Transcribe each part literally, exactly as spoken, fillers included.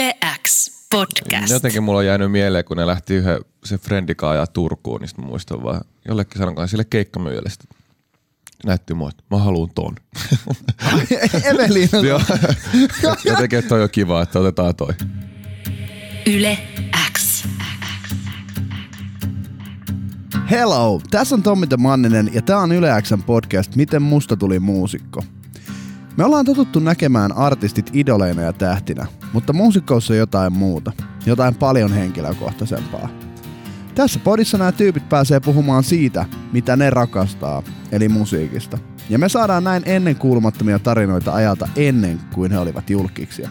Yle X podcast. Jotenkin mulla on jäänyt mieleen, kun ne lähti yhden se friendikaan ajaa Turkuun, niin mä muistan vaan jollekin sanonkaan sille keikkamyyjälle. Näytti mua, että mä haluun ton. Eveliina. Joo. Jotenkin, että toi on kiva, että otetaan toi. Yle X. Hello, tässä on Tommi T. Manninen ja tää on Yle X:n podcast Miten musta tuli muusikko. Me ollaan totuttu näkemään artistit idoleina ja tähtinä, mutta muusikkous on jotain muuta, jotain paljon henkilökohtaisempaa. Tässä podissa nämä tyypit pääsee puhumaan siitä, mitä ne rakastaa, eli musiikista. Ja me saadaan näin ennenkuulumattomia tarinoita ajalta ennen kuin he olivat julkkiksia.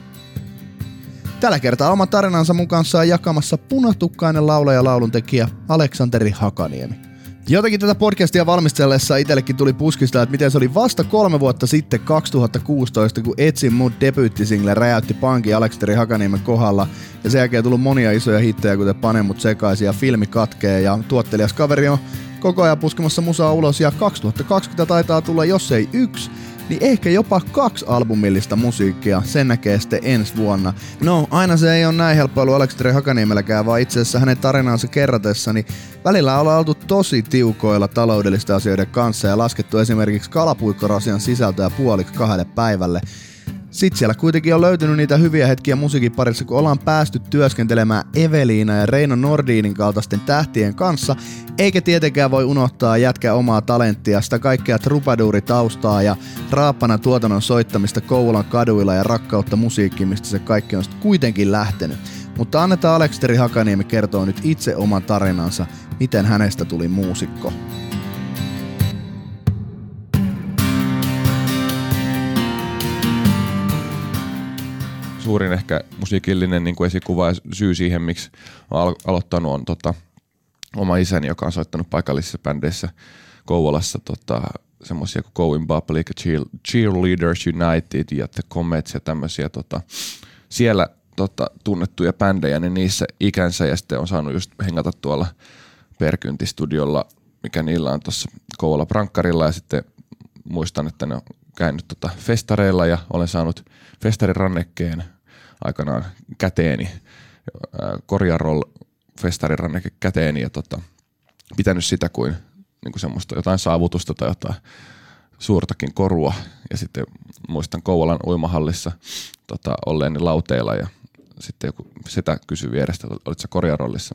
Tällä kertaa oma tarinansa mukaan saa jakamassa punatukkainen laulaja ja lauluntekijä Aleksanteri Hakaniemi. Jotenkin tätä podcastia valmistellessa itsellekin tuli puskista, että miten se oli vasta kolme vuotta sitten kaksituhattakuusitoista, kun Etsin mun debyyttisingle räjäytti pankin Aleksanteri Hakaniemen kohdalla. Ja sen jälkeen tullut monia isoja hittejä, kuten Pane mut sekaisin ja Filmi katkee ja tuottelias kaveri on koko ajan puskemassa musaa ulos. Ja kaksituhattakaksikymmentä taitaa tulla, jos ei yksi, niin ehkä jopa kaksi albumillista musiikkia, sen näkee sitten ensi vuonna. No, aina se ei ole näin helppo ollut Aleksanteri Hakaniemelläkään, vaan itse asiassa hänen tarinansa kerratessa, niin välillä ollaan oltu tosi tiukoilla taloudellisten asioiden kanssa ja laskettu esimerkiksi kalapuikkorasian sisältöä puoliksi kahdelle päivälle. Sitten siellä kuitenkin on löytynyt niitä hyviä hetkiä musiikin parissa, kun ollaan päästy työskentelemään Eveliina ja Reino Nordinin kaltaisten tähtien kanssa, eikä tietenkään voi unohtaa jätkää omaa talenttia, sitä kaikkea trupaduuritaustaa ja raappana tuotannon soittamista Kouvolan kaduilla ja rakkautta musiikkiin, mistä se kaikki on sitten kuitenkin lähtenyt. Mutta annetaan Aleksanteri Hakaniemi kertoa nyt itse oman tarinansa, miten hänestä tuli muusikko. Suurin ehkä musiikillinen niin kuin esikuva ja syy siihen, miksi olen aloittanut, on tota, oma isäni, joka on soittanut paikallisissa bändeissä Kouvolassa tota, semmoisia kuin Going Public, Cheerleaders United ja The Comets ja tämmöisiä tota, siellä tota, tunnettuja bändejä, niin niissä ikänsä ja sitten on saanut just hengata tuolla Perkynti-studiolla, mikä niillä on tuossa Kouvola Prankkarilla ja sitten muistan, että ne on käynyt tota festareilla ja olen saanut festarirannekkeen aikanaan käteeni, Korjaroll festariranneke käteeni ja tota, pitänyt sitä kuin, niin kuin semmoista jotain saavutusta tai jotain suurtakin korua. Ja sitten muistan Kouvolan uimahallissa tota, olleeni lauteilla ja sitten joku setä kysyi vierestä, että olitko sä Korjarollissa?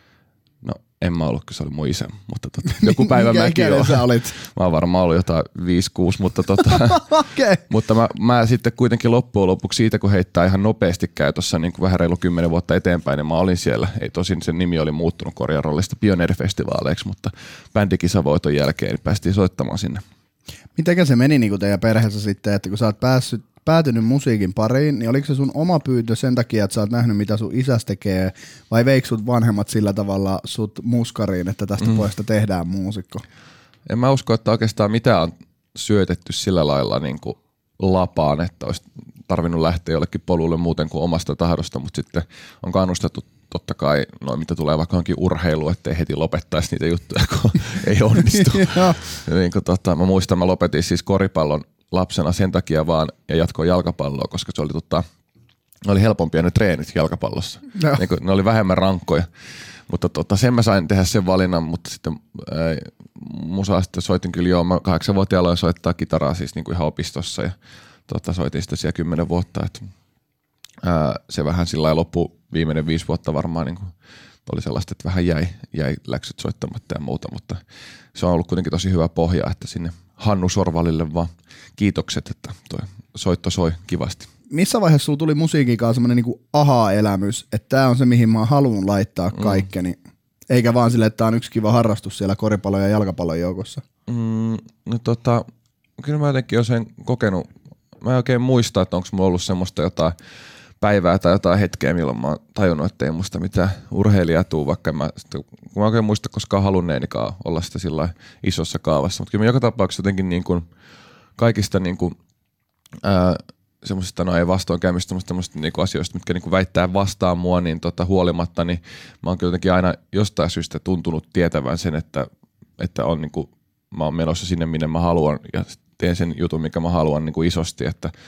No en mä ollut, kun se oli mun isä, mutta tota, joku päivä mäkin olen. Sä olit? Mä oon varmaan ollut jotain viisi kuusi, mutta, tota, okay. mutta mä, mä sitten kuitenkin loppujen lopuksi siitä, kun heittää ihan nopeasti käytössä niin kuin vähän reilu kymmenen vuotta eteenpäin, niin mä olin siellä. Ei tosin sen nimi oli muuttunut Korjarollista Pioneerifestivaaleiksi, mutta bändikisavoiton jälkeen niin päästiin soittamaan sinne. Mitenkä se meni niin kuin teidän perheessä sitten, että kun sä oot päässyt päätynyt musiikin pariin, niin oliko se sun oma pyyntö sen takia, että sä oot nähnyt, mitä sun isäs tekee, vai veikö sut vanhemmat sillä tavalla sut muskariin, että tästä mm. pojasta tehdään muusikko? En mä usko, että oikeastaan mitään on syötetty sillä lailla niin kuin lapaan, että olisi tarvinnut lähteä jollekin polulle muuten kuin omasta tahdosta, mutta sitten on kannustettu totta kai, no mitä tulee vaikka johonkin urheiluun, ettei heti lopettaisi niitä juttuja, kun ei onnistu. niin kuin, tota, mä muistan, mä lopetin siis koripallon lapsena sen takia vaan ja jatkoin jalkapalloa, koska se oli, tota, oli helpompia ne treenit jalkapallossa. No. Niin kuin, ne oli vähemmän rankkoja. Mutta tota, sen mä sain tehdä sen valinnan, mutta sitten ää, musaa sitten soitin kyllä joo. Mä kahdeksanvuotiaalla aloin soittaa kitaraa siis niin kuin ihan opistossa ja tota, soitin sitä siellä kymmenen vuotta. Et, ää, se vähän sillä lailla loppu viimeinen viisi vuotta varmaan niin kuin, oli sellaista, että vähän jäi, jäi läksyt soittamatta ja muuta, mutta se on ollut kuitenkin tosi hyvä pohja, että sinne Hannu Sorvalille vaan kiitokset, että toi soitto soi kivasti. Missä vaiheessa sulla tuli musiikin kanssa semmoinen niinku aha-elämys, että tää on se, mihin mä haluan laittaa kaikkeni, mm. eikä vaan sille, että tää on yksi kiva harrastus siellä koripallon ja jalkapallon joukossa? Mm, no tota, kyllä mä jotenkin olen sen kokenut. Mä en oikein muista, että onko mulla ollut semmoista jotain päivää tai jotain hetkeä, milloin mä oon tajunnut, että ei musta mitään urheilijaa tuu, vaikka mä, kun mä oikein muista koskaan halunneenikaan olla sitä sillä isossa kaavassa. Mutta kyllä mä joka tapauksessa jotenkin niin kuin kaikista niin kuin, ää, semmoisista, no ei vastoinkäymistä, semmoisista niin kuin asioista, mitkä niin kuin väittää vastaan mua, niin tota, huolimatta, niin mä oon kyllä jotenkin aina jostain syystä tuntunut tietävän sen, että, että on niin kuin, mä oon menossa sinne, minne mä haluan ja teen sen jutun, mikä mä haluan niin kuin isosti, että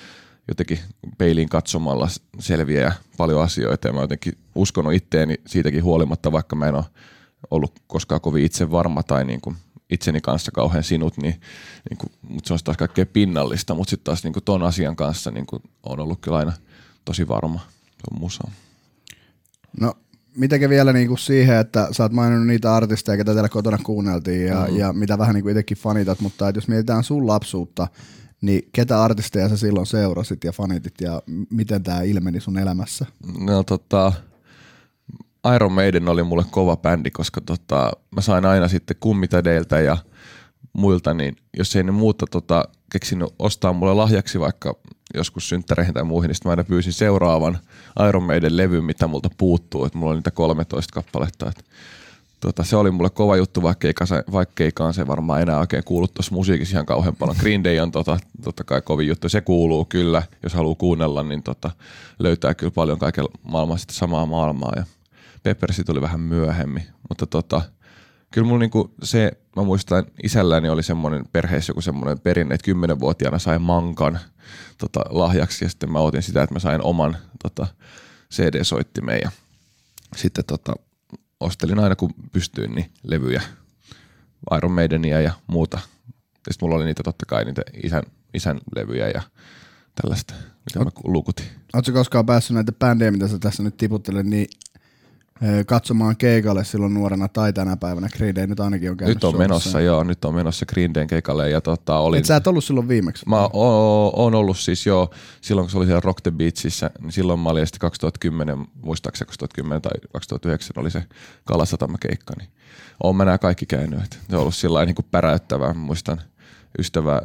jotenkin peiliin katsomalla selviää paljon asioita ja mä jotenkin uskonut itteeni siitäkin huolimatta, vaikka mä en ole ollut koskaan kovin itse varma tai niin kuin itseni kanssa kauhean sinut, niin, niin kuin, mutta se on taas kaikkein pinnallista, mutta sitten taas niin kuin ton asian kanssa niin kuin on ollut kyllä aina tosi varma tuon musaan. No, mitenkä vielä niinku siihen, että sä oot maininnut niitä artisteja, ketä täällä kotona kuunneltiin ja, mm-hmm. ja mitä vähän niinku itsekin fanitat, mutta jos mietitään sun lapsuutta, niin ketä artisteja sä silloin seurasit ja fanitit ja miten tää ilmeni sun elämässä? No tota, Iron Maiden oli mulle kova bändi, koska tota, mä sain aina sitten kummitädeiltä ja muilta, niin jos ei ne muuta tota, keksinyt ostaa mulle lahjaksi vaikka joskus synttäreihin tai muihin, niin sitten mä aina pyysin seuraavan Iron Maiden levyn, mitä multa puuttuu, että mulla oli niitä kolmetoista kappaletta. Että, tota, se oli mulle kova juttu, vaikkeikaan se varmaan enää oikein kuulu tuossa musiikissa ihan kauhean paljon. Green Day on tota, totta kai kovin juttu, se kuuluu kyllä, jos haluaa kuunnella, niin tota, löytää kyllä paljon kaikella maailmaa sitten samaa maailmaa. Ja Peppersi tuli vähän myöhemmin, mutta tota, kyllä mulla niinku se, mä muistan isälläni oli semmoinen perheessä joku semmoinen perinne, että kymmenvuotiaana sain mankan tota, lahjaksi ja sitten mä otin sitä, että mä sain oman tota, C D-soittimen ja sitten tota, ostelin aina kun pystyin niin levyjä, Iron Maidenia ja muuta. Ja sitten mulla oli niitä totta kai niitä isän, isän levyjä ja tällaista, mitä Oot, mä lukutin. Ootko koskaan päässyt näitä bändejä, mitä sä tässä nyt tiputtelet, niin katsomaan keikalle silloin nuorena tai tänä päivänä? Green Day nyt ainakin on käynyt Nyt on Suomessa. menossa, joo, nyt on menossa Green Dayn keikalle. Ja tota, olin, et sä et ollut silloin viimeksi? Mä oon, oon ollut siis joo, silloin kun se oli siellä Rock the Beachissä, niin silloin mä olin sitten kaksituhattakymmenen, muistaakseni kaksituhattakymmenen tai kaksituhattayhdeksän oli se Kalasatama keikka, niin oon mä nää kaikki käynyt. Et se on ollut sillä niin kuin päräyttävää. Mä muistan ystävä,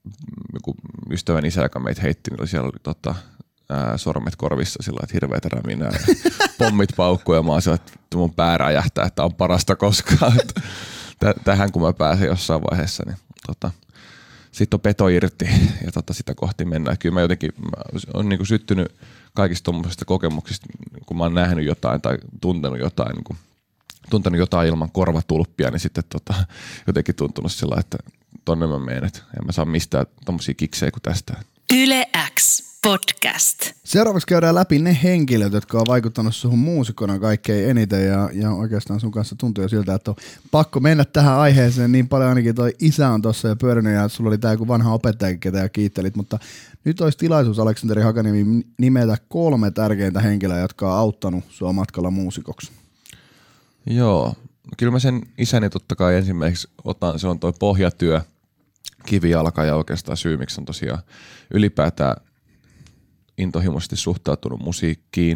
ystävän isä, joka meitä heitti, niin oli siellä oli tota, ää, sormet korvissa sillä että hirveätä räminää ja pommit paukkuu ja mä oon sillä, että mun pää räjähtää, että on parasta koskaan. Tähän kun mä pääsen jossain vaiheessa, niin tota, sitten on peto irti ja tota, sitä kohti mennään. Kyllä mä jotenkin mä oon niinku syttynyt kaikista tuommoisista kokemuksista, kun mä oon nähnyt jotain tai tuntenut jotain, niinku, tuntenut jotain ilman korvatulppia, niin sitten tota, jotenkin tuntunut sillä, että tonne mä menen, että en mä saa mistään tommosia kiksejä kuin tästä. Yle X Podcast. Seuraavaksi käydään läpi ne henkilöt, jotka on vaikuttanut suhun muusikona kaikkein eniten ja, ja oikeastaan sun kanssa tuntuu jo siltä, että on pakko mennä tähän aiheeseen. Niin paljon ainakin toi isä on tossa jo pyörinyt ja sulla oli tää joku vanha opettaja, ketä jo kiittelit, mutta nyt olisi tilaisuus Aleksanteri Hakaniemi nimetä kolme tärkeintä henkilöä, jotka on auttanut sua matkalla muusikoksi. Joo, kyllä mä sen isäni totta kai ensimmäiseksi otan, se on toi pohjatyö, kivijalka ja oikeastaan syy, miksi on tosiaan ylipäätään intohimoisesti suhtautunut musiikkiin.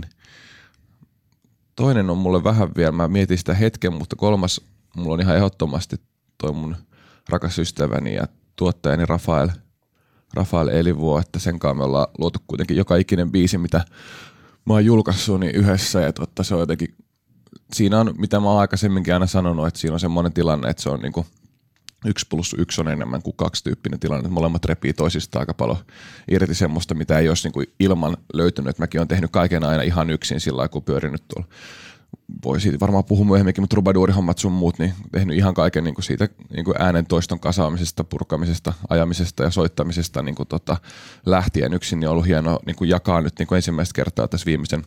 Toinen on mulle vähän vielä, mä mietin sitä hetken, mutta kolmas mulla on ihan ehdottomasti toi mun rakas ystäväni ja tuottajani Rafael, Rafael Elivuo, että sen kanssa me ollaan luotu kuitenkin joka ikinen biisi, mitä mä oon julkaissut niin yhdessä ja totta se on jotenkin, siinä on, mitä mä oon aikaisemminkin aina sanonut, että siinä on semmoinen tilanne, että se on niinku yksi plus yksi on enemmän kuin kaksi tyyppinen tilanne, että molemmat repii toisistaan aika paljon irti semmoista, mitä ei olisi niinku ilman löytynyt. Et mäkin olen tehnyt kaiken aina ihan yksin sillä lailla, kun pyörinyt tuolla. Voi siitä varmaan puhua myöhemminkin, mutta trubaduurihommat sun muut, niin tehnyt ihan kaiken niinku siitä niinku äänen toiston kasaamisesta, purkamisesta, ajamisesta ja soittamisesta niinku tota, lähtien yksin, niin on ollut hienoa niinku jakaa nyt niinku ensimmäistä kertaa tässä viimeisen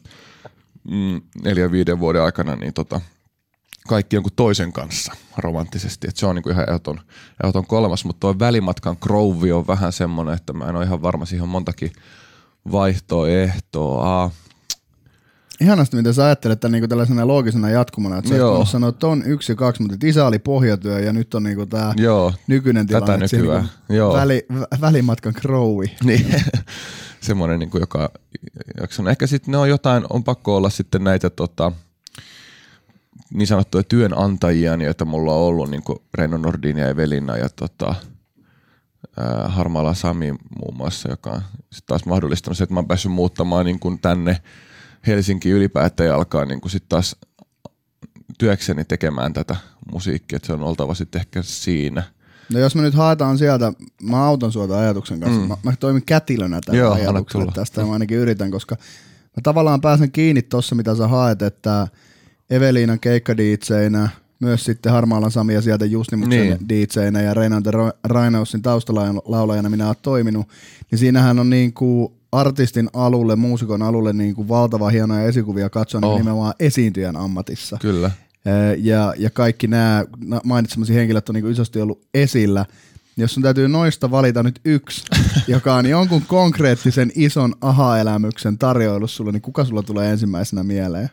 mm, neljän viiden vuoden aikana, niin tota, kaikki jonkun toisen kanssa romanttisesti. Et se on niinku ihan ehdoton, ehdoton kolmas, mutta tuo välimatkan Groove on vähän semmoinen, että mä en ole ihan varma, siihen on montakin vaihtoehtoa. Ihanasti, miten sä ajattelet tämän niinku tällaisena loogisena jatkumana, että sä oot sanonut, että on yksi ja kaksi, mutta isä oli pohjatyö ja nyt on niinku tää Joo, nykyinen tilanne, että niinku väli, välimatkan Groove. Niin, semmoinen, niinku, joka jakson. Ehkä sitten ne on jotain, on pakko olla sitten näitä tota, niin sanottuja työnantajia, joita mulla on ollut, niin kuin Reino Nordin ja Evelina ja tota, ää, Harmala Sami muun muassa, joka on sit taas mahdollistanut se, että mä oon päässyt muuttamaan niin kuin tänne Helsinkiin ylipäätään ja alkaa niin kuin sit taas työkseni tekemään tätä musiikkia, että se on oltava sitten ehkä siinä. No jos me nyt haetaan sieltä, mä autan suota ajatuksen kanssa, mm. mä, mä toimin kätilönä tällä ajatuksella tästä ja mä ainakin yritän, koska mä tavallaan pääsen kiinni tossa, mitä sä haet, että Eveliinan keikkadiitseinä, myös sitten Harmaalan Sami ja sieltä Jusnimuksen niin. D J:nä ja Reinaldo Rainausin taustalaulajana minä oon toiminut, niin siinähän on niinku artistin alulle, muusikon alulle niinku valtava hienoja esikuvia katsoa oh. nimenomaan esiintyjän ammatissa. Kyllä. Ja, ja kaikki nämä mainitsemasi henkilöt on niinku isosti ollut esillä. Jos sun täytyy noista valita nyt yksi, joka on jonkun konkreettisen ison aha-elämyksen tarjoillut sulle, niin kuka sulla tulee ensimmäisenä mieleen?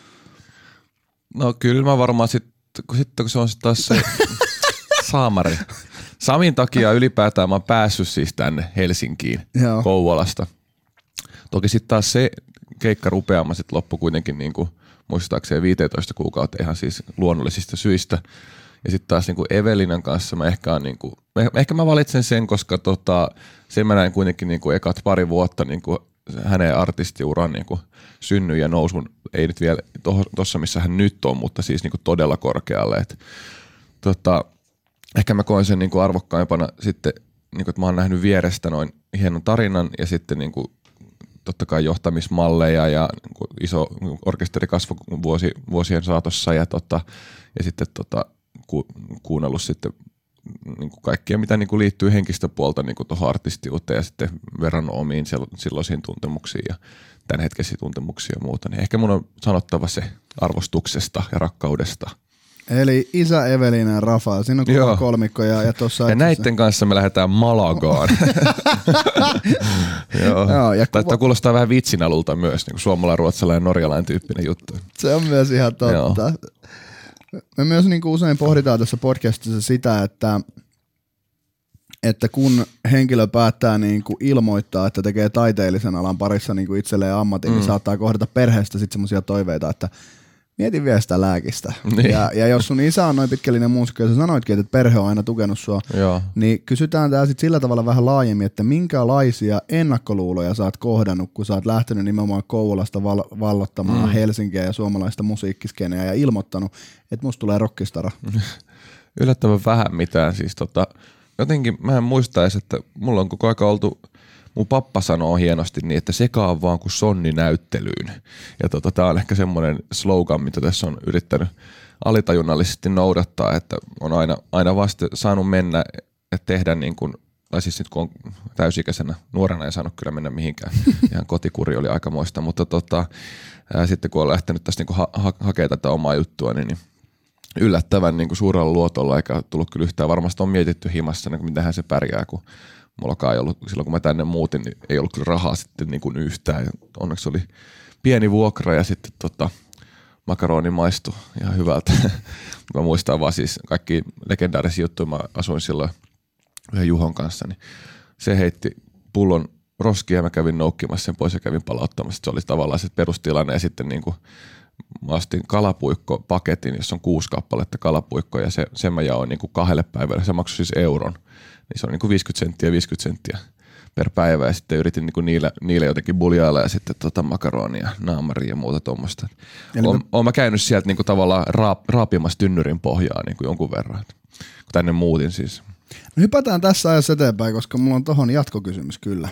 No kyllä mä varmaan sitten, kun, sit, kun se on sit taas se saamari. Samin takia ylipäätään mä oon päässyt siis tänne Helsinkiin Joo. Kouvolasta. Toki sitten taas se keikka rupeama sit loppui kuitenkin niinku, muistaakseni viisitoista kuukautta ihan siis luonnollisista syistä. Ja sitten taas niinku Evelinan kanssa mä ehkä, on niinku, ehkä mä valitsen sen, koska tota, sen mä näin kuitenkin niinku ekat pari vuotta niinku hänen artistiuran niinku synnyn ja nousun, ei nyt vielä tuossa missä hän nyt on, mutta siis niinku todella korkealle. Et, tota, ehkä mä koen sen niinku arvokkaimpana sitten, niinku, että mä oon nähnyt vierestä noin hienon tarinan ja sitten niinku, totta kai johtamismalleja ja niinku, iso orkesteri kasvoi vuosi, vuosien saatossa ja, tota, ja sitten tota, ku, kuunnellut sitten niin kuin kaikkia, mitä niin kuin liittyy henkistä puolta niin kuin tuohon artistiuteen ja sitten verran omiin silloisiin tuntemuksiin ja tämänhetkisiä tuntemuksia ja muuta. Niin ehkä mun on sanottava se arvostuksesta ja rakkaudesta. Eli isä Evelina ja Rafael, siinä on Joo. kolmikko. Ja, ja, ja näitten kanssa me lähdetään Malagaan. Joo. Joo, ja Taitaa kuva... kuulostaa vähän vitsinalulta myös, niin kuin suomalainen, ruotsalainen ja norjalainen tyyppinen juttu. Se on myös ihan totta. Joo. Me myös niin kuin usein pohditaan tässä podcastissa sitä, että, että kun henkilö päättää niin kuin ilmoittaa, että tekee taiteellisen alan parissa niin kuin itselleen ammatin, mm. niin saattaa kohdata perheestä sitten semmoisia toiveita, että mietin vielä sitä lääkistä. Niin. Ja, ja jos sun isä on noin pitkällinen muusikko ja sä sanoitkin, että perhe on aina tukenut sua, Joo. niin kysytään tää sit sillä tavalla vähän laajemmin, että minkälaisia ennakkoluuloja sä oot kohdannut, kun sä oot lähtenyt nimenomaan Kouvolasta val- vallottamaan mm. Helsinkiä ja suomalaista musiikkiskeneä ja ilmoittanut, että musta tulee rockistara. Yllättävän vähän mitään. Siis tota, jotenkin mä en muistaisi, että mulla on koko aika oltu, mun pappa sanoo hienosti niin, että sekaan vaan kuin sonni näyttelyyn. Ja tota, tää on ehkä semmoinen slogan, mitä tässä on yrittänyt alitajunnallisesti noudattaa, että on aina, aina vasta saanut mennä ja tehdä niin kuin, tai siis nyt kun on täysikäisenä, nuorena ei saanut kyllä mennä mihinkään. Ihan kotikuri oli aikamoista, mutta tota, ää, sitten kun on lähtenyt tässä niin kuin ha- ha- hakea tätä omaa juttua, niin, niin yllättävän niin kuin suurella luotolla, eikä tullut kyllä yhtään. Varmasti on mietitty himassa, niin mitähän se pärjää, kun mullakaan ei ollut, silloin kun mä tänne muutin, niin ei ollut kyllä rahaa sitten niin kuin yhtään. Ja onneksi oli pieni vuokra ja sitten tota, makaroni maistui ihan hyvältä. Mä muistan vaan siis kaikki legendaarisia juttuja. Mä asuin silloin yhden Juhon kanssa, niin se heitti pullon roskia ja mä kävin noukkimassa sen pois ja kävin palauttamassa. Se oli tavallaan se perustilanne ja sitten niin kuin mä ostin kalapuikko-paketin, jossa on kuusi kappaletta kalapuikkoja ja se, sen mä jaoin niin kuin kahdelle päivälle. Se maksoi siis euron. Niin se on niin kuin viisikymmentä senttiä viisikymmentä senttiä per päivä ja sitten yritin niin kuin niillä, niillä jotenkin buljailla ja sitten tota makaronia, naamaria ja muuta tuommoista. Oon, oon mä käynyt sieltä niin kuin tavallaan raap, raapimassa tynnyrin pohjaa niin kuin jonkun verran, kun tänne muutin siis. No hypätään tässä ajassa eteenpäin, koska mulla on tohon jatkokysymys kyllä.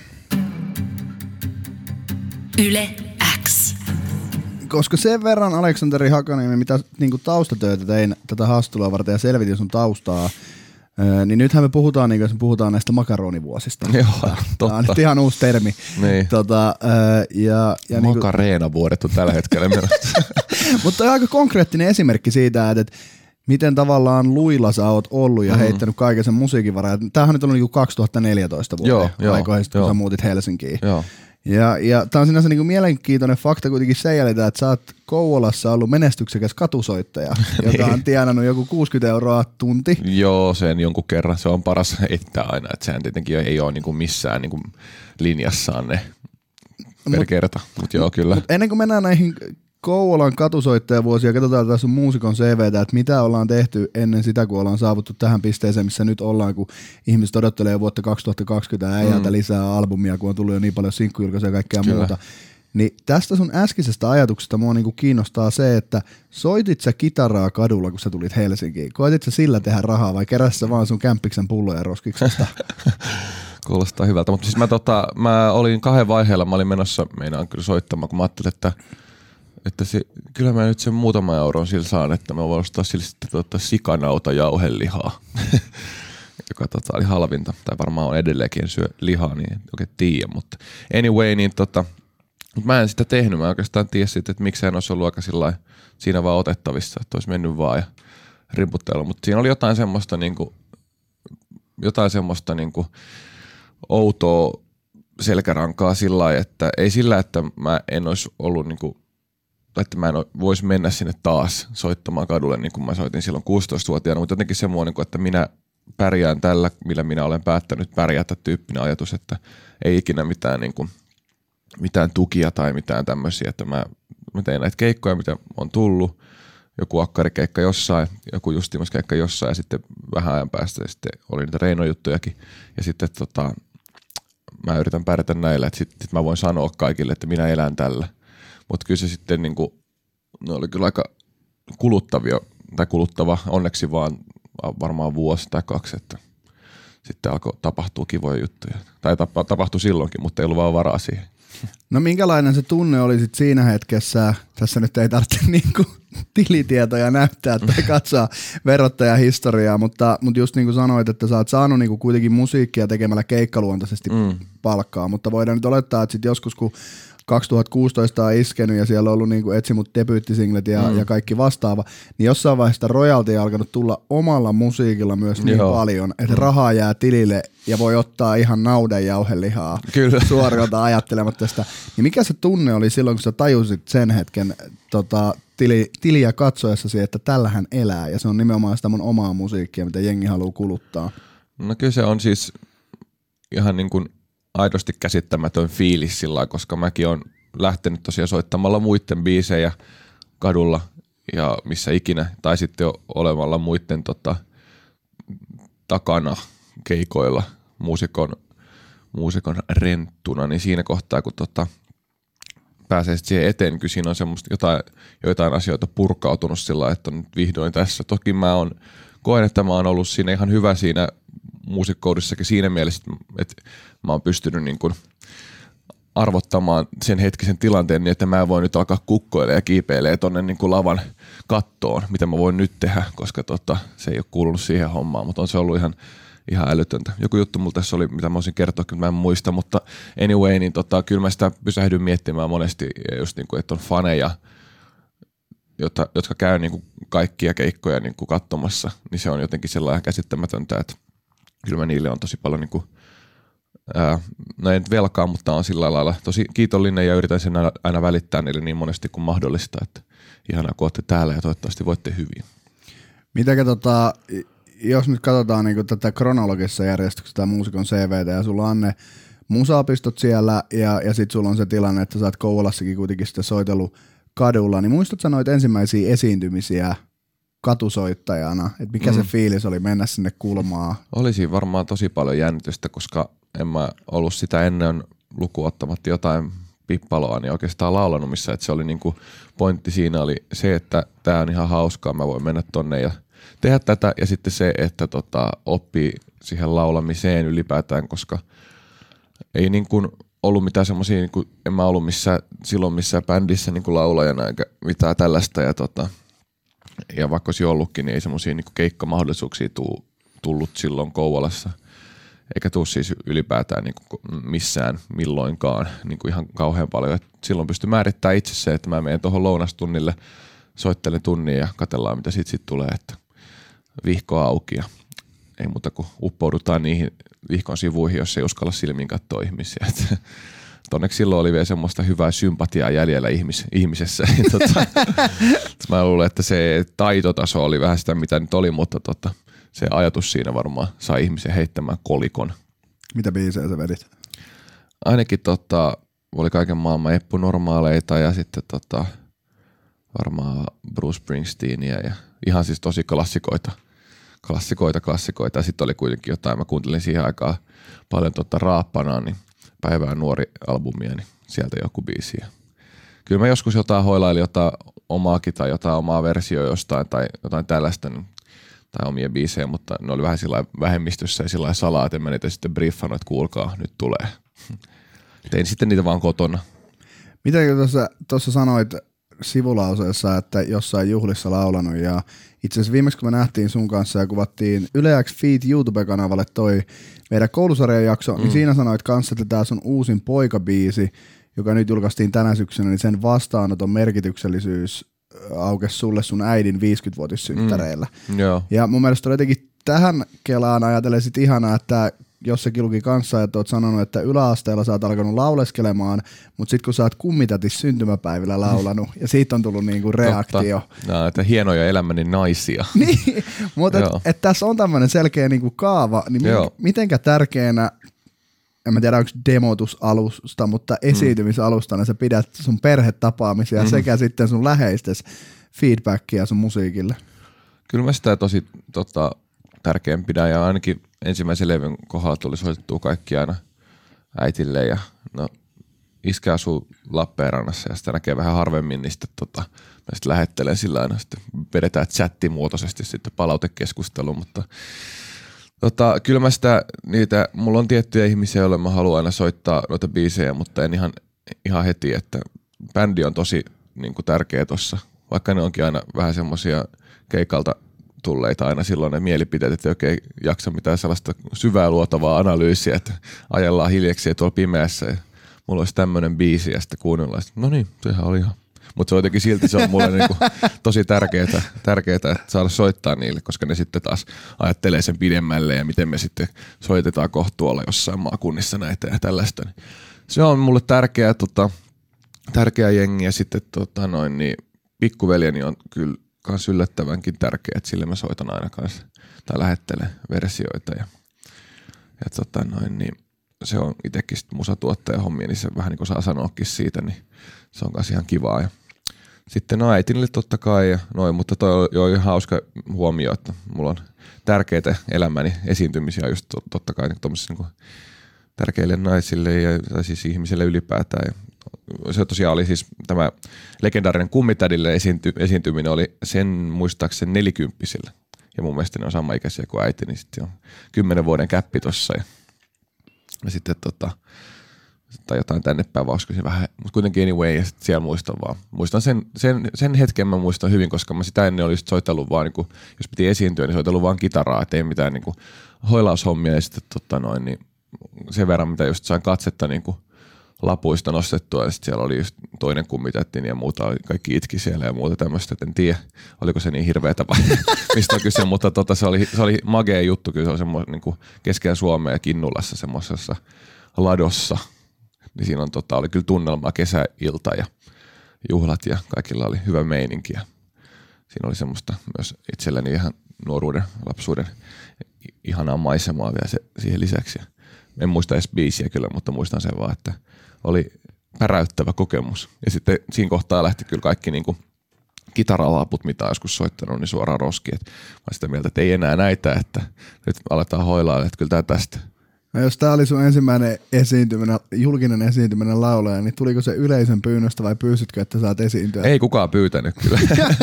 Yle X. Koska sen verran Aleksanteri Hakaniemi, mitä niin kuin taustatöitä tein tätä haastelua varten ja selvitin sun taustaa, Öö, niin nythän me puhutaan, niin kuin puhutaan näistä makaronivuosista. Joo, totta. Tämä on nyt ihan uusi termi. Niin. Tota, öö, ja, ja Makareenavuodet on tällä hetkellä menossa. Mutta on aika konkreettinen esimerkki siitä, että, että miten tavallaan luilla sä oot ollut ja mm-hmm. heittänyt kaiken sen musiikin varaan. Tämähän on nyt ollut niin kuin kaksituhattaneljätoista vuoden aikoihin, kun sä muutit Helsinkiin. Joo. Ja, ja tää on sinänsä niinku mielenkiintoinen fakta kuitenkin se jäljellä, että sä oot Kouvolassa ollut menestyksekäs katusoittaja, joka on tienannut joku kuusikymmentä euroa tunti. Joo, sen jonkun kerran. Se on paras heittää aina, että sehän tietenkin ei ole niinku missään niinku linjassaan ne per mut, kerta, mutta joo kyllä. Mut ennen kuin mennään näihin Kouvolan katusoittajavuosia, katsotaan tässä muusikon C V:tä, että mitä ollaan tehty ennen sitä, kun ollaan saavuttu tähän pisteeseen, missä nyt ollaan, kun ihmiset odottelee vuotta kaksituhattakaksikymmentä äijältä mm. lisää albumia, kun on tullut jo niin paljon sinkkujulkaisia ja kaikkea Kyllä. muuta. Niin tästä sun äskeisestä ajatuksesta mua niinku kiinnostaa se, että soitit sä kitaraa kadulla, kun sä tulit Helsinkiin? Koitit sä sillä tehdä rahaa vai keräsit sä vaan sun kämppiksen pulloja roskiksesta? Kuulostaa hyvältä, mutta siis mä, tota, mä olin kahden vaiheella, mä olin menossa, meinaan kyllä soittamaan, kun mä ajattelin, että että se, kyllä mä nyt sen muutama euron sillä saan, että mä voin ostaa sillä sitten tota, sikanauta jauhelihaa, joka tota, oli halvinta, tai varmaan on edelleenkin syö lihaa, niin en oikein tiedä, mutta anyway, niin tota, mutta mä en sitä tehnyt, mä oikeastaan tiedä sitten, että miksei en olisi ollut aika sillai, siinä vaan otettavissa, että olisi mennyt vaan ja rimputellut, mutta siinä oli jotain semmoista niinku, jotain semmoista niinku outoa selkärankaa sillä lailla, että ei sillä, että mä en olisi ollut niinku, että mä en voisi mennä sinne taas soittamaan kadulle niin kuin mä soitin silloin kuusitoistavuotiaana, mutta jotenkin semmoinen, että minä pärjään tällä, millä minä olen päättänyt pärjätä tyyppinen ajatus, että ei ikinä mitään, niin kuin, mitään tukia tai mitään tämmöisiä, että mä, mä tein näitä keikkoja, mitä on tullut, joku akkarikeikka jossain, joku justimuskeikka jossain ja sitten vähän ajan päästä ja sitten oli niitä Reino-juttujakin ja sitten tota, mä yritän pärjätä näillä, että sitten sit mä voin sanoa kaikille, että minä elän tällä. Mutta kyllä se sitten niinku, ne oli kyllä aika kuluttavia, tai kuluttava, onneksi vaan varmaan vuosi tai kaksi, että sitten alkoi tapahtua kivoja juttuja. Tai tapahtui silloinkin, mutta ei ollut vaan varaa siihen. No minkälainen se tunne oli sit siinä hetkessä, tässä nyt ei tarvitse niinku tilitietoja näyttää tai katsoa verottajahistoriaa, mutta, mutta just niin kuin sanoit, että sä oot saanut niinku kuitenkin musiikkia tekemällä keikkaluontoisesti mm. palkkaa, mutta voidaan nyt olettaa, että sit joskus kun kaksituhattakuusitoista on iskenyt ja siellä on ollut niinku Etsi mut debyyttisinglet ja, mm. ja kaikki vastaava, niin jossain vaiheessa royaltia on alkanut tulla omalla musiikilla myös niin Joo. paljon, että mm. rahaa jää tilille ja voi ottaa ihan naudan jauhelihaa suoralta ajattelematta sitä. Niin mikä se tunne oli silloin, kun sä tajusit sen hetken tota, tili, tiliä katsoessasi, että tällähän elää ja se on nimenomaan sitä mun omaa musiikkia, mitä jengi haluaa kuluttaa? No kyllä se on siis ihan niin kuin aidosti käsittämätön fiilis sillä, koska mäkin olen lähtenyt tosiaan soittamalla muiden biisejä kadulla ja missä ikinä, tai sitten olemalla muiden tota, takana keikoilla muusikon, muusikon renttuna, niin siinä kohtaa, kun tota, pääsee siihen eteen, niin kyllä siinä on semmoista jotain, joitain asioita purkautunut sillä, että on nyt vihdoin tässä. Toki mä on, koen, että mä oon ollut siinä ihan hyvä siinä muusikkoudessakin siinä mielessä, että mä oon pystynyt niin kuin arvottamaan sen hetkisen tilanteen niin, että mä en voi nyt alkaa kukkoilemaan ja kiipeilemään tonne niin kuin lavan kattoon, mitä mä voin nyt tehdä, koska tota, se ei ole kuulunut siihen hommaan, mutta on se ollut ihan, ihan älytöntä. Joku juttu mulla tässä oli, mitä mä voisin kertoa, että mä en muista, mutta anyway, niin tota, kyllä mä sitä pysähdyn miettimään monesti, just niin kuin, että on faneja, jota, jotka käy niin kuin kaikkia keikkoja niin kuin katsomassa, niin se on jotenkin sellainen käsittämätöntä, että kyllä mä niille on tosi paljon niin kuin, ää, no ei nyt velkaa, mutta on sillä lailla tosi kiitollinen ja yritän sen aina välittää niille niin monesti kuin mahdollista, että ihanaa kun olette täällä ja toivottavasti voitte hyvin. Mitäkä tota, jos nyt katsotaan niin kuin tätä kronologisessa järjestyksessä tämä muusikon C V:tä ja sulla on ne musapistot siellä ja, ja sit sulla on se tilanne, että sä oot Kouvolassakin kuitenkin sitten soitellut kadulla, niin muistatko sä noita ensimmäisiä esiintymisiä katusoittajana, että mikä mm. se fiilis oli mennä sinne kulmaan? Olisi varmaan tosi paljon jännitystä, koska en mä ollut sitä ennen lukuun ottamatta jotain pippaloa, niin oikeastaan laulanut missä, että se oli niinku, pointti siinä oli se, että tää on ihan hauskaa, mä voin mennä tonne ja tehdä tätä, ja sitten se, että tota, oppii siihen laulamiseen ylipäätään, koska ei niinku ollut mitään semmosia, niinku, en mä ollut missään, silloin missään bändissä niinku laulajana eikä mitään tällaista, ja tota, ja vaikka olisi ollutkin, niin ei semmoisia niinku keikkamahdollisuuksia tuu, tullut silloin Kouvolassa. Eikä tuu siis ylipäätään niinku missään milloinkaan niinku ihan kauhean paljon. Et silloin pystyi määrittämään itse se, että mä menen tuohon lounastunnille, soittelen tunnin ja katsellaan mitä siitä sit tulee. Että vihko auki ja ei muuta kuin uppoudutaan niihin vihkon sivuihin, jos ei uskalla silmiin katsoa ihmisiä. Et onneksi silloin oli vielä semmoista hyvää sympatiaa jäljellä ihmis, ihmisessä. tota, mä luulen, että se taitotaso oli vähän sitä, mitä nyt oli, mutta tota, se ajatus siinä varmaan sai ihmisen heittämään kolikon. Mitä biisejä sä vedit? Ainakin tota, oli kaiken maailman Eppu Normaaleita ja sitten tota, varmaan Bruce Springsteenia ja ihan siis tosi klassikoita. Klassikoita, klassikoita. Ja sitten oli kuitenkin jotain, mä kuuntelin siihen aikaan paljon tota Raappanaa, niin Päivää nuori albumia, niin sieltä joku biisi. Kyllä mä joskus jotain hoilailin jotain omaakin tai jotain omaa versioa jostain tai jotain tällaista niin, tai omia biisejä, mutta ne oli vähän sillä vähemmistössä ja sillä salaa, että en mä niitä sitten briefannut, että kuulkaa, nyt tulee. Tein sitten niitä vaan kotona. Mitä tuossa sanoit sivulauseessa, että jossain juhlissa laulanut ja itse asiassa viimeksi kun me nähtiin sun kanssa ja kuvattiin Yle X Feed YouTube-kanavalle toi meidän koulusarjan jakso, mm. niin siinä sanoit kanssa, että tää sun uusin poikabiisi, joka nyt julkaistiin tänä syksynä, niin sen vastaanoton merkityksellisyys aukesi sulle sun äidin viisikymmenvuotissynttäreillä. Mm. Joo. Ja mun mielestä on jotenkin tähän kelaan ajatellen sit ihanaa, että jossakin luki kanssa, että oot sanonut, että yläasteella sä oot alkanut lauleskelemaan, mutta sit kun sä oot kummitätis syntymäpäivillä laulanut, ja siitä on tullut niinku reaktio. Totta. No, että hienoja elämäni naisia. Niin, mutta et, et tässä on tämmönen selkeä niinku kaava, niin mi- mitenkä tärkeänä, en mä tiedä onko demotusalusta, mutta esiintymisalustana mm. sä pidät sun perhetapaamisia mm. sekä sitten sun läheistes feedbackia sun musiikille? Kyllä mä sitä tosi tota, tärkeän pidän ja ainakin ensimmäisen levyn kohdalla tuli soitettua kaikki aina äitille ja no, iskä asuu Lappeenrannassa ja sitä näkee vähän harvemmin, niin sitten tota, mä sitten lähettelen sillä aina, sitten vedetään chattimuotoisesti sitten palautekeskusteluun, mutta tota, kyllä mä sitä, niitä, mulla on tiettyjä ihmisiä, joille mä haluan aina soittaa noita biisejä, mutta en ihan, ihan heti, että bändi on tosi niin kuin tärkeä tossa, vaikka ne onkin aina vähän semmosia keikalta tulleita aina silloin ne mielipiteet, että ei oikein jaksa mitään sellaista syvää luotavaa analyysiä, että ajellaan hiljaksi tuolla pimeässä ja mulla olisi tämmöinen biisi ja sitten kuunnellaan, että no niin, sehän oli ihan. Mutta se on jotenkin silti se on mulle niinku tosi tärkeää, tärkeää, että saada soittaa niille, koska ne sitten taas ajattelee sen pidemmälle ja miten me sitten soitetaan kohtuolla jossain maakunnissa näitä ja tällaista. Se on mulle tärkeä, tota, tärkeä jengi ja sitten tota noin, niin pikkuveljeni on kyllä kans yllättävänkin tärkeä, että sille mä soitan aina kanssa tai lähettelen versioita ja, ja tota noin, niin se on itsekin musatuottaja hommia, niin se vähän niin kuin saa sanoakin siitä, niin se on kanssa ihan kivaa. Ja sitten no äitille totta kai ja noin, mutta toi on ihan hauska huomio, että mulla on tärkeitä elämäni esiintymisiä just totta kai tuommoisissa niin tärkeille naisille ja tai siis ihmisille ylipäätään. Ja se tosiaan oli siis tämä legendaarinen Kummitädille esiinty, esiintyminen oli sen muistaakseni nelikymppisillä. Ja mun mielestä ne on samaikäisiä kuin äiti, niin sitten on kymmenen vuoden käppi tossa. Ja, ja sitten tota, tai jotain tänne päin vaan vähän, mutta kuitenkin anyway, ja sitten siellä muistan vaan. Muistan sen, sen, sen hetken mä muistan hyvin, koska mä sitä ennen olin soitellut vaan, niin kuin, jos piti esiintyä, niin soitellut vaan kitaraa, ettei mitään niin kuin hoilaushommia ja sitten tota noin, niin sen verran, mitä just sain katsetta niin kuin lapuista nostettua ja sitten siellä oli just toinen kummitätti ja muuta, oli kaikki itki siellä ja muuta tämmöistä, että en tiedä, oliko se niin hirveätä vai mistä on kyse, mutta tota, se, oli, se oli magea juttu, kyllä se oli semmoinen niin kuin keskellä Suomea ja Kinnulassa semmoisessa ladossa, niin siinä on, tota, oli kyllä tunnelmaa kesäilta ja juhlat ja kaikilla oli hyvä meininki ja siinä oli semmoista myös itselläni ihan nuoruuden, lapsuuden ihanaa maisemaa vielä se, siihen lisäksi. En muista edes biisiä kyllä, mutta muistan sen vaan, että oli päräyttävä kokemus. Ja sitten siinä kohtaa lähti kyllä kaikki niinku kitaralaput, mitä on joskus soittanut, niin suoraan roskiin. Mä sitä mieltä, että ei enää näitä, että nyt aletaan hoilailla, että kyllä tää tästä. No jos tää oli sun ensimmäinen esiintyminen, julkinen esiintyminen laulaja, niin tuliko se yleisön pyynnöstä vai pyysitkö, että saat esiintyä? Ei kukaan pyytänyt kyllä.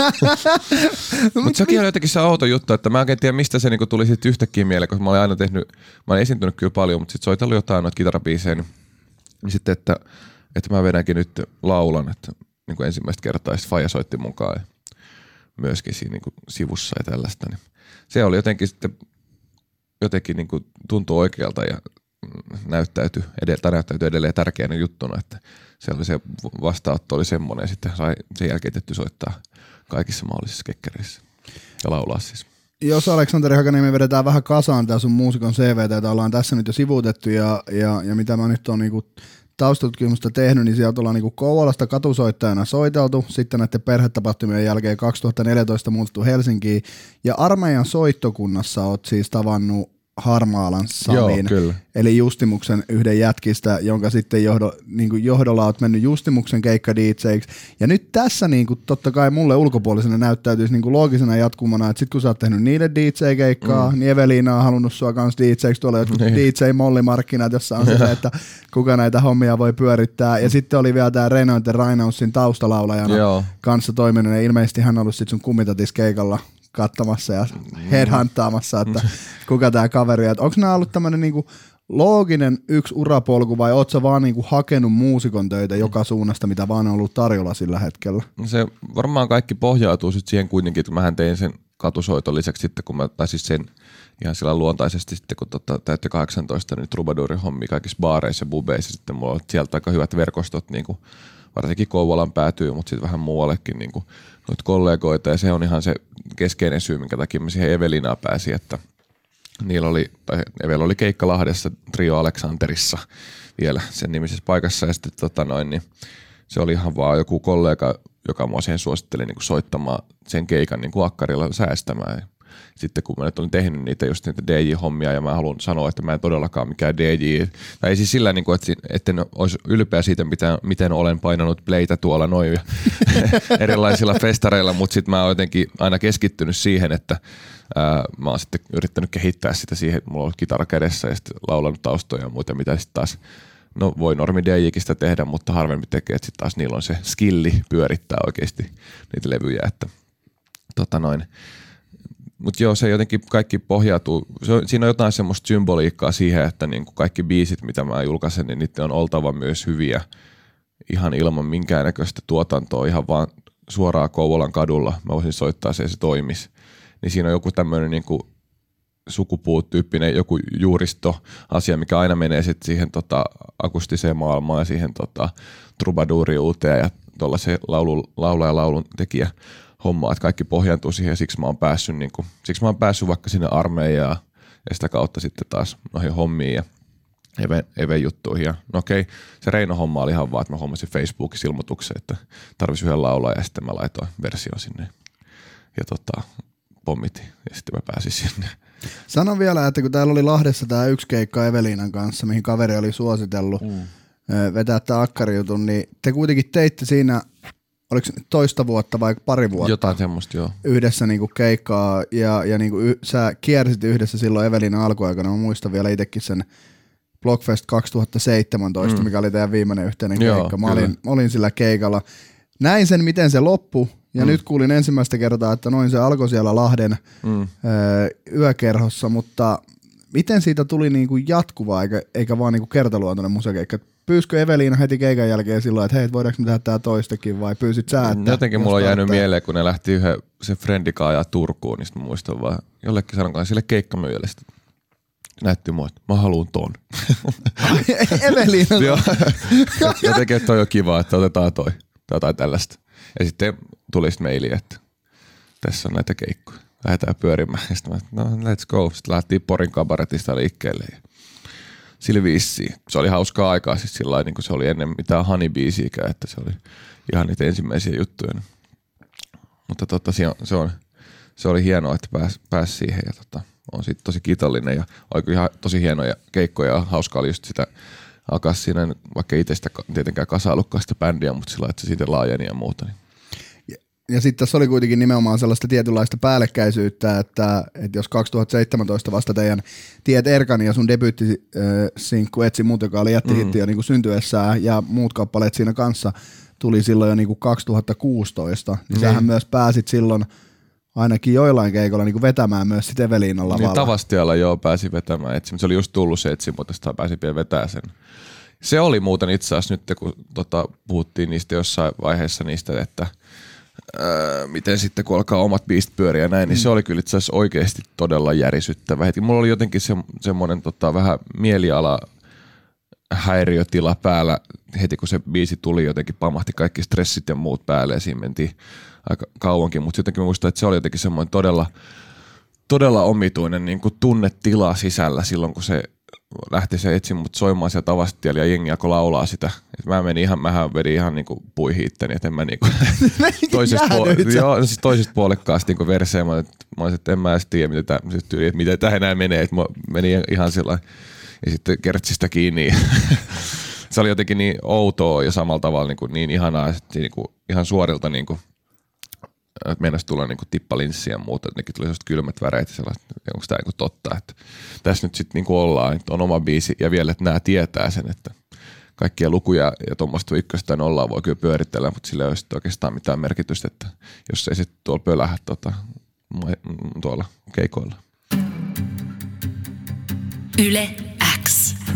no, mutta sekin oli jotenkin se outo juttu, että mä en tiedä mistä se niinku tuli sitten yhtäkkiä mieleen, koska mä olin aina tehnyt, mä olin esiintynyt kyllä paljon, mutta sitten soitellut jotain noita kitarabiisejä, niin, niin sitten, että, että mä vedänkin nyt laulan, että niin kuin ensimmäistä kertaa sitten Faija soitti mukaan ja myöskin siinä niin kuin sivussa ja tällaista, niin se oli jotenkin sitten jotenkin niin kuin tuntui oikealta ja näyttäytyi edelleen, näyttäytyi edelleen tärkeänä juttuna, että se, oli se vastaanotto oli semmoinen ja sitten sai sen jälkeen tehty soittaa kaikissa mahdollisissa kekkereissä ja laulaa siis. Jos Aleksanteri Hakaniemi vedetään vähän kasaan tää sun muusikon C V:tä, jota ollaan tässä nyt jo sivuutettu ja, ja, ja mitä mä nyt on niinku taustatutkimusta tehnyt, niin sieltä ollaan niinku Kouvolasta katusoittajana soiteltu, sitten näiden perhetapahtumien jälkeen kaksituhattaneljätoista muutettu Helsinkiin, ja armeijan soittokunnassa oot siis tavannut Harmaalan Savin, Joo, eli Justimuksen yhden jätkistä, jonka sitten johdo, niin kuin johdolla oot mennyt Justimuksen keikka D J:ksi. Ja nyt tässä niin kuin, totta kai mulle ulkopuolisena näyttäytyisi niin kuin loogisena jatkumona, että sit kun sä oot tehnyt niille D J-keikkaa, mm. niin Eveliina on halunnut sua kanssa D J:ksi, tuolla jotkut niin. D J-mollimarkkinat, jossa on se, että kuka näitä hommia voi pyörittää. Ja sitten oli vielä tää Reinointen Rainaussin taustalaulajana Joo. kanssa toiminut, ja ilmeisesti hän on ollut sit sun kumitatis keikalla katsomassa ja headhunttaamassa, että kuka tää kaveri on. Onko nämä ollut tämmöinen niinku looginen yksi urapolku vai oot sä vaan niinku hakenut muusikon töitä joka suunnasta, mitä vaan on ollut tarjolla sillä hetkellä? Se varmaan kaikki pohjautuu sit siihen kuitenkin, että mähän tein sen katusoiton lisäksi sitten, kun mä, tai siis sen ihan sillä luontaisesti sitten, kun tota, täytti kahdeksantoista, niin Troubadourin hommia kaikissa baareissa ja bubeissa, sitten mulla on sieltä aika hyvät verkostot, niin kuin varsinkin Kouvolan päätyy, mutta sitten vähän muuallekin niin kuin noita kollegoita, ja se on ihan se keskeinen syy, minkä takia mä siihen Evelinaan pääsin, että niillä oli, tai Evel oli keikka Lahdessa Trio Aleksanterissa vielä sen nimisessä paikassa, ja sitten tota noin, niin se oli ihan vaan joku kollega, joka mua siihen suositteli niin kuin soittamaan sen keikan niin kuin akkarilla säästämään. Sitten kun mä nyt olin tehnyt niitä just niitä D J-hommia ja mä haluan sanoa, että mä en todellakaan mikään D J. Tai ei siis sillä niin kuin, että etten olisi ylpeä siitä, miten, miten olen painanut playtä tuolla noin erilaisilla festareilla, mutta sitten mä oon jotenkin aina keskittynyt siihen, että ää, mä oon sitten yrittänyt kehittää sitä siihen, mulla on kitara kädessä ja sitten laulanut taustoja ja muuta, mitä sitten taas no voi normi D J:kin sitä tehdä, mutta harvemmin tekee, että sitten taas niillä on se skilli pyörittää oikeasti niitä levyjä, että tota noin. Mutta joo, se jotenkin kaikki pohjautuu, se on, siinä on jotain semmoista symboliikkaa siihen, että niinku kaikki biisit, mitä mä julkaisen, niin niiden on oltava myös hyviä ihan ilman minkäännäköistä tuotantoa, ihan vaan suoraan Kouvolan kadulla. Mä voisin soittaa se ja se toimisi. Niin siinä on joku tämmöinen niinku sukupuutyyppinen joku juuristo-asia, mikä aina menee sitten siihen tota akustiseen maailmaan ja siihen tota troubadouriuuteen ja tuollaiseen laulu, laula ja laulun tekijä hommaa, että kaikki pohjaantuu siihen ja siksi mä oon päässyt, niin kuin, siksi mä oon päässyt vaikka sinne armeijaan ja sitä kautta sitten taas noihin hommiin ja Even, Even juttuihin. Ja no okei, se Reino-homma oli ihan vaan, että mä hommasin Facebookissa ilmoituksen, että tarvisi yhden laulaa ja sitten mä laitoin version sinne ja tota, pommitin ja sitten mä pääsin sinne. Sano vielä, että kun täällä oli Lahdessa tää yksi keikka Eveliinan kanssa, mihin kaveri oli suositellut mm. vetää tää akkarijutun, niin te kuitenkin teitte siinä, oliko se toista vuotta vai pari vuotta? Jotain semmoista, joo. Yhdessä niinku keikkaa ja, ja niinku y, sä kiersit yhdessä silloin Eveliinan alkuaikana, mä muistan vielä itsekin sen Blockfest kaksituhattaseitsemäntoista, mm. mikä oli teidän viimeinen yhteinen keikka. Joo, mä, olin, mä olin sillä keikalla. Näin sen, miten se loppui. Ja mm. nyt kuulin ensimmäistä kertaa, että noin se alkoi siellä Lahden mm. ö, yökerhossa, mutta miten siitä tuli niinku jatkuvaa, eikä, eikä vaan niinku kertaluontoinen musakeikka? Pyyskö Eveliina heti keikan jälkeen silloin, että hei, voidaanko me tehdä tää toistakin, vai pyysit sä, että... Jotenkin mulla on jäänyt mieleen, kun ne lähti yhden se friendikaan ajaa Turkuun, niin mä muistan vaan jollekin sanonkaan sille keikkamyyjälle, näytti mua, että mä haluun ton. Eveliina? Joo, jotenkin, että toi on kiva, että otetaan toi, tai jotain tällaista. Ja sitten tuli sitten maili, että tässä on näitä keikkoja. Lähdetään pyörimään. Ja sitten mä, no let's go. Sitten lähdettiin Porin kabaretista liikkeelle. Ja sillä vissiin. Se oli hauskaa aikaa siis sillä lailla, niin kuin se oli ennen mitään Honey-biisiäkään, että se oli ihan niitä ensimmäisiä juttuja. Mutta tota, se, on, se oli hienoa, että pääsi pääs siihen ja tota, on siitä tosi kiitollinen ja oli ihan tosi hienoja keikkoja ja hauskaa oli just sitä alkaa siinä, vaikka itse sitä tietenkään kasaillutkaan sitä bändiä, mutta sillä että se siitä laajeni ja muuta. Niin. Ja, ja sitten tässä oli kuitenkin nimenomaan sellaista tietynlaista päällekkäisyyttä, että, että jos kaksituhattaseitsemäntoista vasta teidän Tiet Erkan ja sun debyyttisinkku Etsi muut, joka oli jättihitti mm. jo niin syntyessään ja muut kappaleet siinä kanssa tuli silloin jo niin kaksituhattakuusitoista, niin mm. sähän myös pääsit silloin ainakin joillain keikoilla niin vetämään myös sitten Eveliinan lavalla. Niin Tavastialla joo pääsi vetämään Etsi, se oli just tullut se Etsi, mutta sitä pääsi vielä vetää sen. Se oli muuten itse asiassa nyt, kun tota, puhuttiin niistä jossain vaiheessa niistä, että ää, miten sitten kun alkaa omat biisit pyöriä ja näin, mm. niin se oli kyllä itse asiassa oikeasti todella järisyttävä heti. Mulla oli jotenkin se, semmoinen tota, vähän mieliala häiriötila päällä heti kun se biisi tuli, jotenkin pamahti kaikki stressit ja muut päälle ja siinä mentiin aika kauankin, mutta jotenkin mä muistan, että se oli jotenkin semmoinen todella, todella omituinen niin kuin tunnetila sisällä silloin, kun se lähti se Etsi mut soimaan sieltä Tavastialla ja jengi alkoi laulaa sitä. Et mä menin ihan, mähän vedin ihan niinku puihin itteni, että en mä niinku toisesta, puol- joo, siis toisesta puolekkaasta niinku verseen. Mä, mä olisin, että en mä edes tiedä, miten tää, miten tää enää menee. Et mä menin ihan sillä ja sitten kertsistä kiinni. Se oli jotenkin niin outoa ja samalla tavalla niin, niin ihanaa, että niin kuin, ihan suorilta niin kuin, että meinasi tulla niin kuin tippalinssiä ja muuta, että nekin tuli sellaiset kylmät väreet ja sellaiset, onko tämä niin totta, että tässä nyt sitten niin kuin ollaan, että on oma biisi ja vielä, että nämä tietää sen, että kaikkia lukuja ja tuommoista ykköstä nollaa voi kyllä pyöritellä, mutta sillä ei ole oikeastaan mitään merkitystä, että jos ei sitten tuolla pölähä tuota, tuolla keikoilla. Yle X.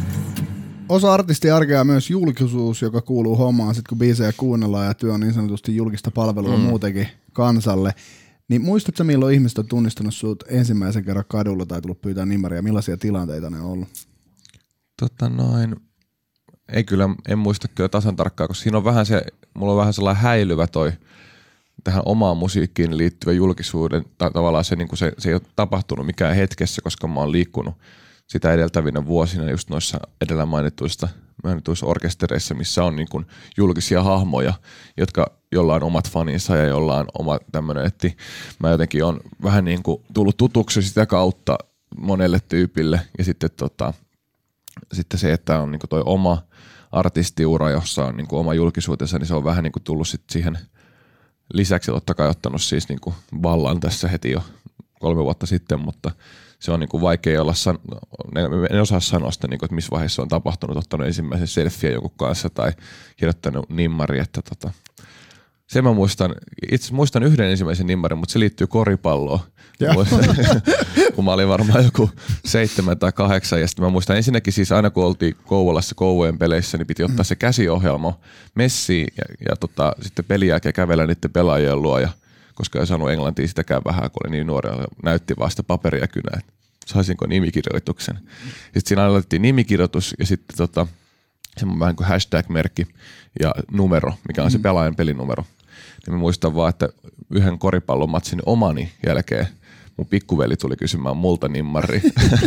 osa artistiarkea myös julkisuus, joka kuuluu hommaan sit kun biisejä kuunnellaan ja työ on niin sanotusti julkista palvelua mm. muutenkin kansalle. Niin muistatko milloin ihmiset on tunnistanut sut ensimmäisen kerran kadulla tai tullut pyytää nimeria? Millaisia tilanteita ne on ollut? Tota noin, ei kyllä, en muista kyllä tasan tarkkaan, koska siinä on vähän se, mulla on vähän sellainen häilyvä toi tähän omaan musiikkiin liittyvä julkisuuden, tai tavallaan se, niin kuin se, se ei ole tapahtunut mikään hetkessä, koska mä oon liikkunut sitä edeltävinä vuosina just noissa edellä mainituissa, mainituissa orkestereissa, missä on niin kuin julkisia hahmoja, jotka jolla on omat faninsa ja jolla on oma tämmöinen, että mä jotenkin on vähän niin kuin tullut tutuksi sitä kautta monelle tyypille ja sitten, tota, sitten se, että on niin kuin toi oma artistiura, jossa on niin kuin oma julkisuutensa, niin se on vähän niin kuin tullut sitten siihen lisäksi totta kai ottanut siis niin kuin vallan tässä heti jo kolme vuotta sitten, mutta se on niin kuin vaikea olla, san- en osaa sanoa sitä, niin kuin, että missä vaiheessa on tapahtunut, ottanut ensimmäisen selfie jonkun kanssa tai kirjoittanut nimmari, että tota, sen mä muistan, itse muistan yhden ensimmäisen nimmarin, mutta se liittyy koripalloon. Kun mä olin varmaan joku seitsemän tai kahdeksan ja sitten mä muistan ensinnäkin siis aina kun oltiin Kouvolassa Kouvojen peleissä, niin piti ottaa se käsiohjelma messiin ja, ja tota, sitten pelin jälkeen kävellä niiden pelaajien luo ja koska ei saanut englantia sitäkään vähän, kun oli niin nuoria, näytti vaan sitä paperia kynää, että saisinko nimikirjoituksen. Sitten siinä aloitettiin nimikirjoitus ja sitten tota, semmoinen vähän kuin hashtag-merkki ja numero, mikä on se pelaajan pelinumero. Niin mä muistan vaan, että yhden koripallomatsin omani jälkeen mun pikkuveli tuli kysymään multa nimmari.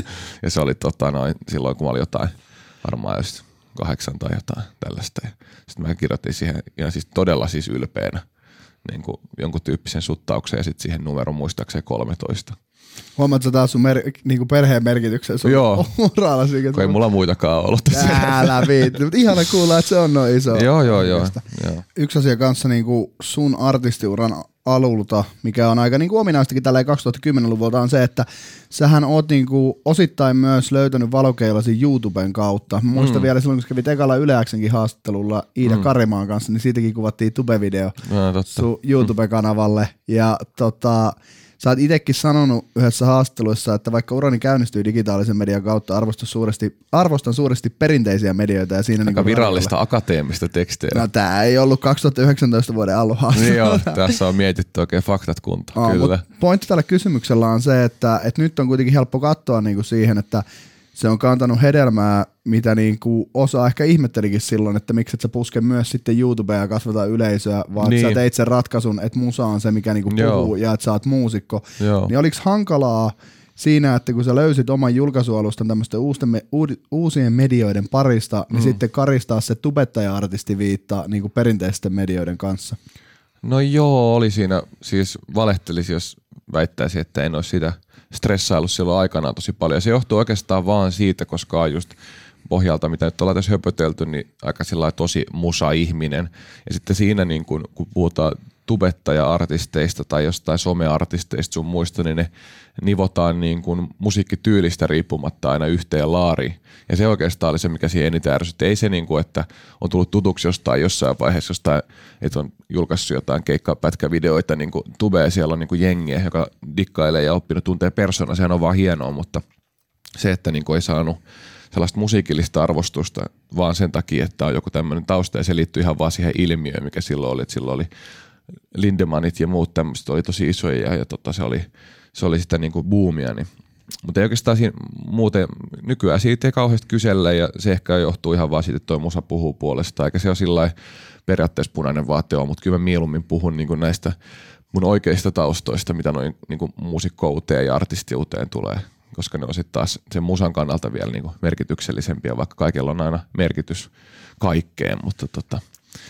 Ja se oli tota, noin, silloin, kun mä olin jotain, varmaan just kahdeksan tai jotain tällaista. Sitten mä kirjoitin siihen ihan siis todella siis ylpeänä niin kuin jonkun tyyppisen suttauksen ja sitten siihen numeron muistaakseen kolmetoista. Huomaatko taas sun mer- niinku perheen merkityksen sun Joo. uralla? Kun ei mulla muitakaan ollut. Älä viitti, mutta ihana kuulla, että se on noin iso. Joo, joo, joo, joo. Yksi asia kanssa niinku sun artistiuran alulta, mikä on aika niinku ominaistakin tällä kaksituhattakymmenluvulta, on se, että sähän oot niinku osittain myös löytänyt valokeilasi YouTuben kautta. Mä muistan mm. vielä silloin, kun kävit ekalla Yle X:nkin haastattelulla Iida mm. Karimaan kanssa, niin siitäkin kuvattiin tube-video no, sun YouTube-kanavalle. Ja tota... Sä oot itekin sanonut yhdessä haastatteluissa, että vaikka urani käynnistyy digitaalisen median kautta, arvostan suuresti, arvostan suuresti perinteisiä medioita. Ja siinä aika niin virallista radiolla. Akateemista tekstiä. No tää ei ollut kaksituhattayhdeksäntoista vuoden alun haastattelu. Niin joo, tässä on mietitty oikein faktat kuntoon, no, kyllä. Pointti tällä kysymyksellä on se, että, että nyt on kuitenkin helppo katsoa niin kuin siihen, että se on kantanut hedelmää, mitä niinku osa ehkä ihmettelikin silloin, että miksi et sä puske myös sitten YouTubea ja kasvata yleisöä, vaan niin. Sä teit sen ratkaisun, että musa on se, mikä niinku puhuu ja että sä oot muusikko. Joo. Niin oliks hankalaa siinä, että kun sä löysit oman julkaisualustan tämmöisten uusten, uusien medioiden parista, niin mm. sitten karistaa se tubettaja-artistiviitta niinku perinteisten medioiden kanssa? No joo, oli siinä, siis valehtelisi, jos väittäisi, että en olisi sitä stressaillut silloin aikanaan tosi paljon. Se johtuu oikeastaan vaan siitä, koska on just pohjalta, mitä nyt ollaan tässä höpötelty, niin aika sillä tosi musa-ihminen. Ja sitten siinä, niin kun, kun puhutaan tubettaja-artisteista tai jostain some-artisteista sun muista, niin ne nivotaan niin kuin musiikkityylistä riippumatta aina yhteen laariin. Ja se oikeastaan oli se, mikä siihen eniten ärsytti. Ei se, niin kuin, että on tullut tutuksi jostain jossain vaiheessa, jostain, että on julkaissut jotain keikkapätkävideoita, niin kuin tubea, siellä on niin kuin jengiä, joka dikkailee ja oppinut tuntee persoonaa, sehän on vaan hienoa, mutta se, että niin kuin ei saanut sellaista musiikillista arvostusta vaan sen takia, että on joku tämmöinen tausta ja se liittyy ihan vaan siihen ilmiöön, mikä silloin oli, että silloin oli Lindemannit ja muut tämmöiset oli tosi isoja ja, ja tota, se, oli, se oli sitä niinku boomia. Niin. Mutta ei oikeastaan siinä, muuten, nykyään siitä ei kauheasti kysellä ja se ehkä johtuu ihan vaan siitä, että toi musa puhuu puolesta, eikä se ole sillä periaatteessa punainen vaate on, mutta kyllä mä mieluummin puhun niinku näistä mun oikeista taustoista, mitä noin niinku muusikkouteen ja artistiuteen tulee, koska ne on sitten taas sen musan kannalta vielä niinku merkityksellisempiä, vaikka kaikella on aina merkitys kaikkeen, mutta tota,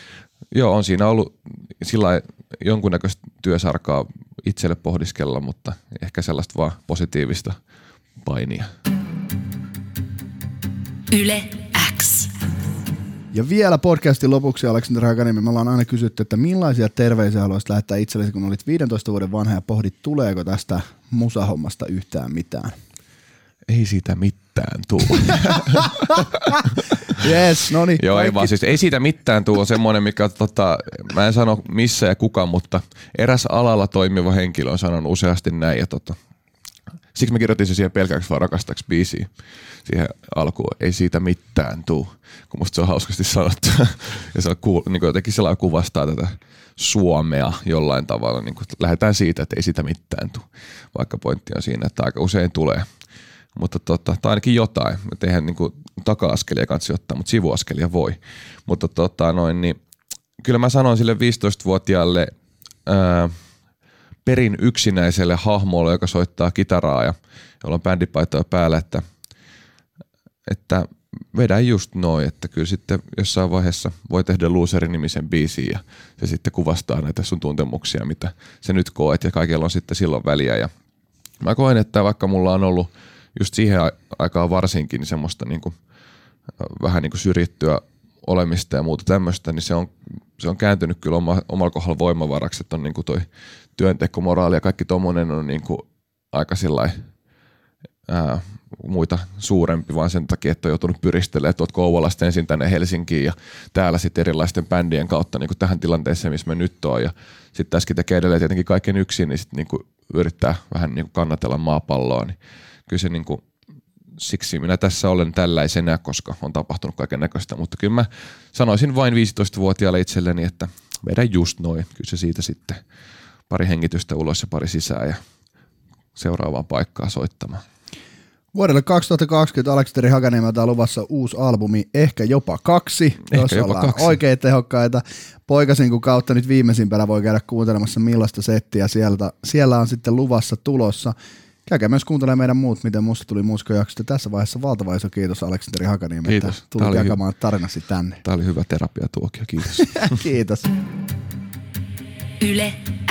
joo, on siinä ollut sillä jonkunnäköistä työsarkaa itselle pohdiskella, mutta ehkä sellaista vaan positiivista painia. Yle X. Ja vielä podcastin lopuksi, Aleksander Hakaniemi, me ollaan aina kysytty, että millaisia terveisiä haluaisit lähettää itsellesi, kun olit viidentoista vuoden vanha ja pohdit, tuleeko tästä musahommasta yhtään mitään? Ei siitä mitään tuu. Yes, no niin. Joo, kaikki. ei vaan siis ei siitä mitään tuu. On semmoinen, mikä tota, mä en sano missä ja kuka, mutta eräs alalla toimiva henkilö on sanonut useasti näin ja tota, Siksi mä kirjoitin se siihen pelkäksi vaan rakastaaksi biisiin siihen alkuun. Ei siitä mitään tuu, kun musta se on hauskasti sanottu. Ja se on cool, niin jotenkin sellainen kuvastaa tätä Suomea jollain tavalla. Niin lähdetään siitä, että ei siitä mitään tuu. Vaikka pointti on siinä, että aika usein tulee. Mutta tota, tai ainakin jotain. Et eihän niin kuin taka-askelia kanssa ottaa, mutta sivuaskelia voi. Mutta tota, noin, niin, kyllä mä sanoin sille viisitoistavuotiaalle ää, perin yksinäiselle hahmolle, joka soittaa kitaraa ja jolla on bändipaitoja päällä, että, että vedä just noin, että kyllä sitten jossain vaiheessa voi tehdä Loser-nimisen biisin ja se sitten kuvastaa näitä sun tuntemuksia, mitä sä nyt koet ja kaikilla on sitten silloin väliä. Ja mä koen, että vaikka mulla on ollut just siihen aikaan varsinkin niin semmoista niin kuin, vähän niin kuin syrjittyä olemista ja muuta tämmöistä, niin se on, se on kääntynyt kyllä oma, omalla kohdalla voimavaraksi, että on niin kuin toi työnteko, moraali ja kaikki tommonen on niin kuin aika sillai, ää, muita suurempi, vaan sen takia, että on joutunut pyristelemään tuolta Kouvolasta ensin tänne Helsinkiin ja täällä sitten erilaisten bändien kautta niin kuin tähän tilanteeseen, missä me nyt on. Ja sitten tässäkin tekee edelleen tietenkin kaiken yksin, niin sitten niin kuin yrittää vähän niin kuin kannatella maapalloa. Niin kyllä se niin kuin, siksi minä tässä olen tällaisena, koska on tapahtunut kaiken näköistä, mutta kyllä mä sanoisin vain viisitoistavuotiaalle itselleni, että vedä just noin, kyllä se siitä sitten pari hengitystä ulos ja pari sisään ja seuraavaan paikkaan soittamaan. Vuodelle kaksituhattakaksikymmentä Aleksanteri Hakaniemeltä on luvassa uusi albumi, ehkä jopa kaksi, ehkä jos jopa ollaan kaksi. oikein tehokkaita. Poikasin kun kautta nyt viimeisimpänä voi käydä kuuntelemassa millaista settiä sieltä, siellä on sitten luvassa tulossa. Käykää myös kuuntelemaan meidän muut, miten musta tuli muskojaksosta. Tässä vaiheessa valtava iso kiitos Aleksanteri Hakaniemi, että tulit jakamaan hy- tarinasi tänne. Tämä oli hyvä terapiatuokio, kiitos. Kiitos. Yle